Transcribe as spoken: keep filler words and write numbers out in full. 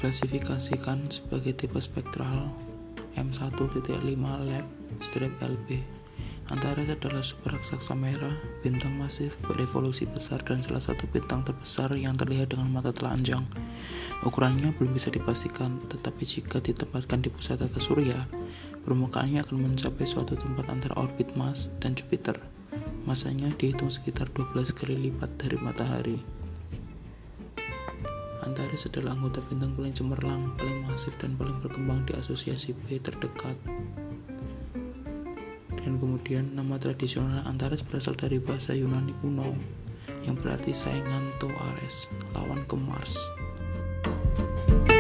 diklasifikasikan sebagai tipe spektral M satu titik lima Lab strip L B. Antares adalah superraksasa merah, bintang masif berevolusi besar dan salah satu bintang terbesar yang terlihat dengan mata telanjang. Ukurannya belum bisa dipastikan, tetapi jika ditempatkan di pusat tata surya, permukaannya akan mencapai suatu tempat antara orbit Mars dan Jupiter. Masanya dihitung sekitar dua belas kali lipat dari matahari. Antares adalah anggota bintang paling cemerlang, paling masif, dan paling berkembang di asosiasi B terdekat. Dan kemudian nama tradisional Antares berasal dari bahasa Yunani kuno yang berarti saingan to Ares, lawan ke Mars.